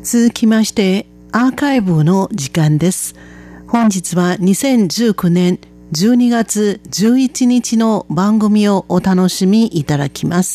続きましてアーカイブの時間です。本日は2019年12月11日の番組をお楽しみいただきます。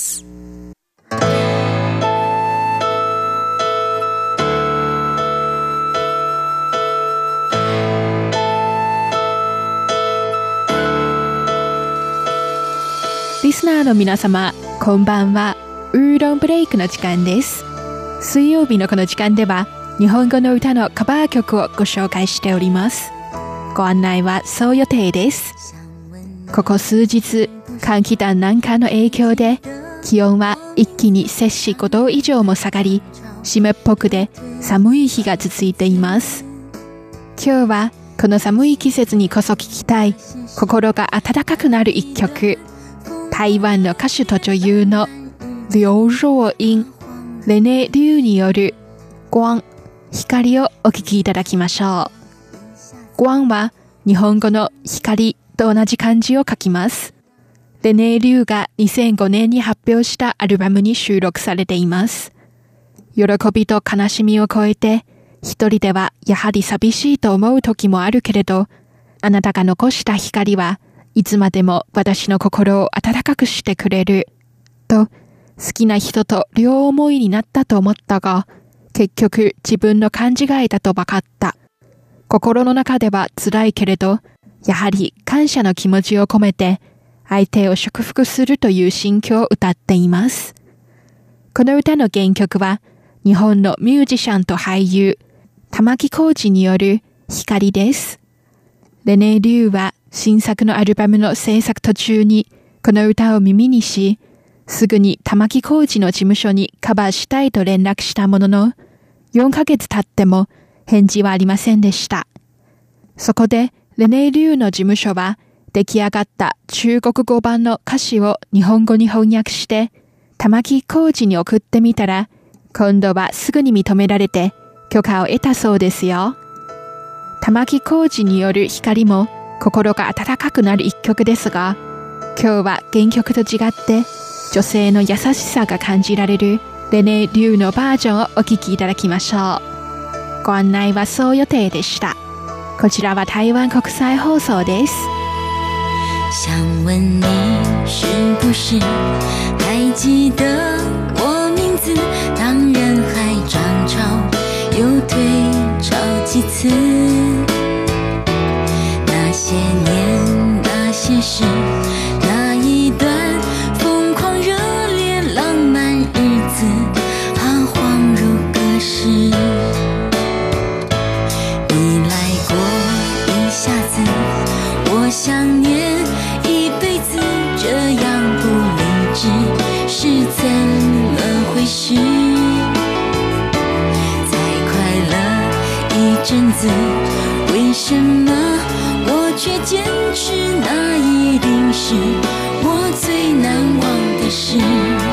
リスナーの皆様、こんばんは。ウーロンブレイクの時間です。水曜日のこの時間では日本語の歌のカバー曲をご紹介しております。ご案内はそう予定です。ここ数日、寒気団南下の影響で気温は一気に摂氏5度以上も下がり、湿っぽくで寒い日が続いています。今日はこの寒い季節にこそ聴きたい心が温かくなる一曲、台湾の歌手と女優の劉若英、レネ・リュウによる光、光をお聴きいただきましょう。光は日本語の光と同じ漢字を書きます。レネ・リュウが2005年に発表したアルバムに収録されています。喜びと悲しみを超えて、一人ではやはり寂しいと思う時もあるけれど、あなたが残した光はいつまでも私の心を温かくしてくれると、好きな人と両思いになったと思ったが、結局自分の勘違いだと分かった。心の中では辛いけれど、やはり感謝の気持ちを込めて相手を祝福するという心境を歌っています。この歌の原曲は日本のミュージシャンと俳優玉置浩二による光です。レネ・リュウは新作のアルバムの制作途中にこの歌を耳にし、すぐに玉置浩二の事務所にカバーしたいと連絡したものの、4ヶ月経っても返事はありませんでした。そこでレネ・リュウの事務所は出来上がった中国語版の歌詞を日本語に翻訳して玉置浩二に送ってみたら、今度はすぐに認められて許可を得たそうですよ。玉置浩二による光も心が温かくなる一曲ですが、今日は原曲と違って女性の優しさが感じられるレネ・リュウのバージョンをお聴きいただきましょう。ご案内はそう予定でした。こちらは台湾国際放送です。 想问你是不是还记得我名字，当人海涨潮又退潮几次，那些年那些事，那一段疯狂热烈浪漫日子，啊恍如隔世。你来过一下子，我想念一辈子，这样不理智是怎么回事？才快乐一阵子，为什么我却坚持那一定是我最难忘的事？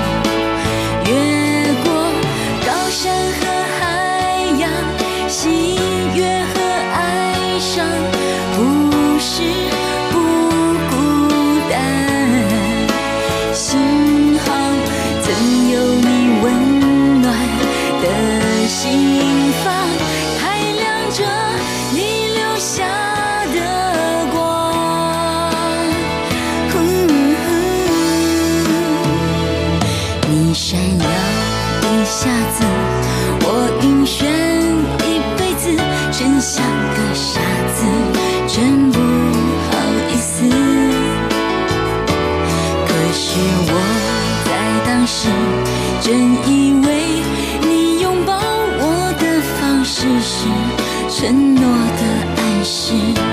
越过高山和海洋，喜悦和哀伤，不是不孤单。幸好曾有你温暖的心房，还亮着你留下的光。你闪耀一下子，我晕眩一辈子，真像个傻子，真不好意思。可是我在当时真以为你拥抱我的方式是承诺的暗示。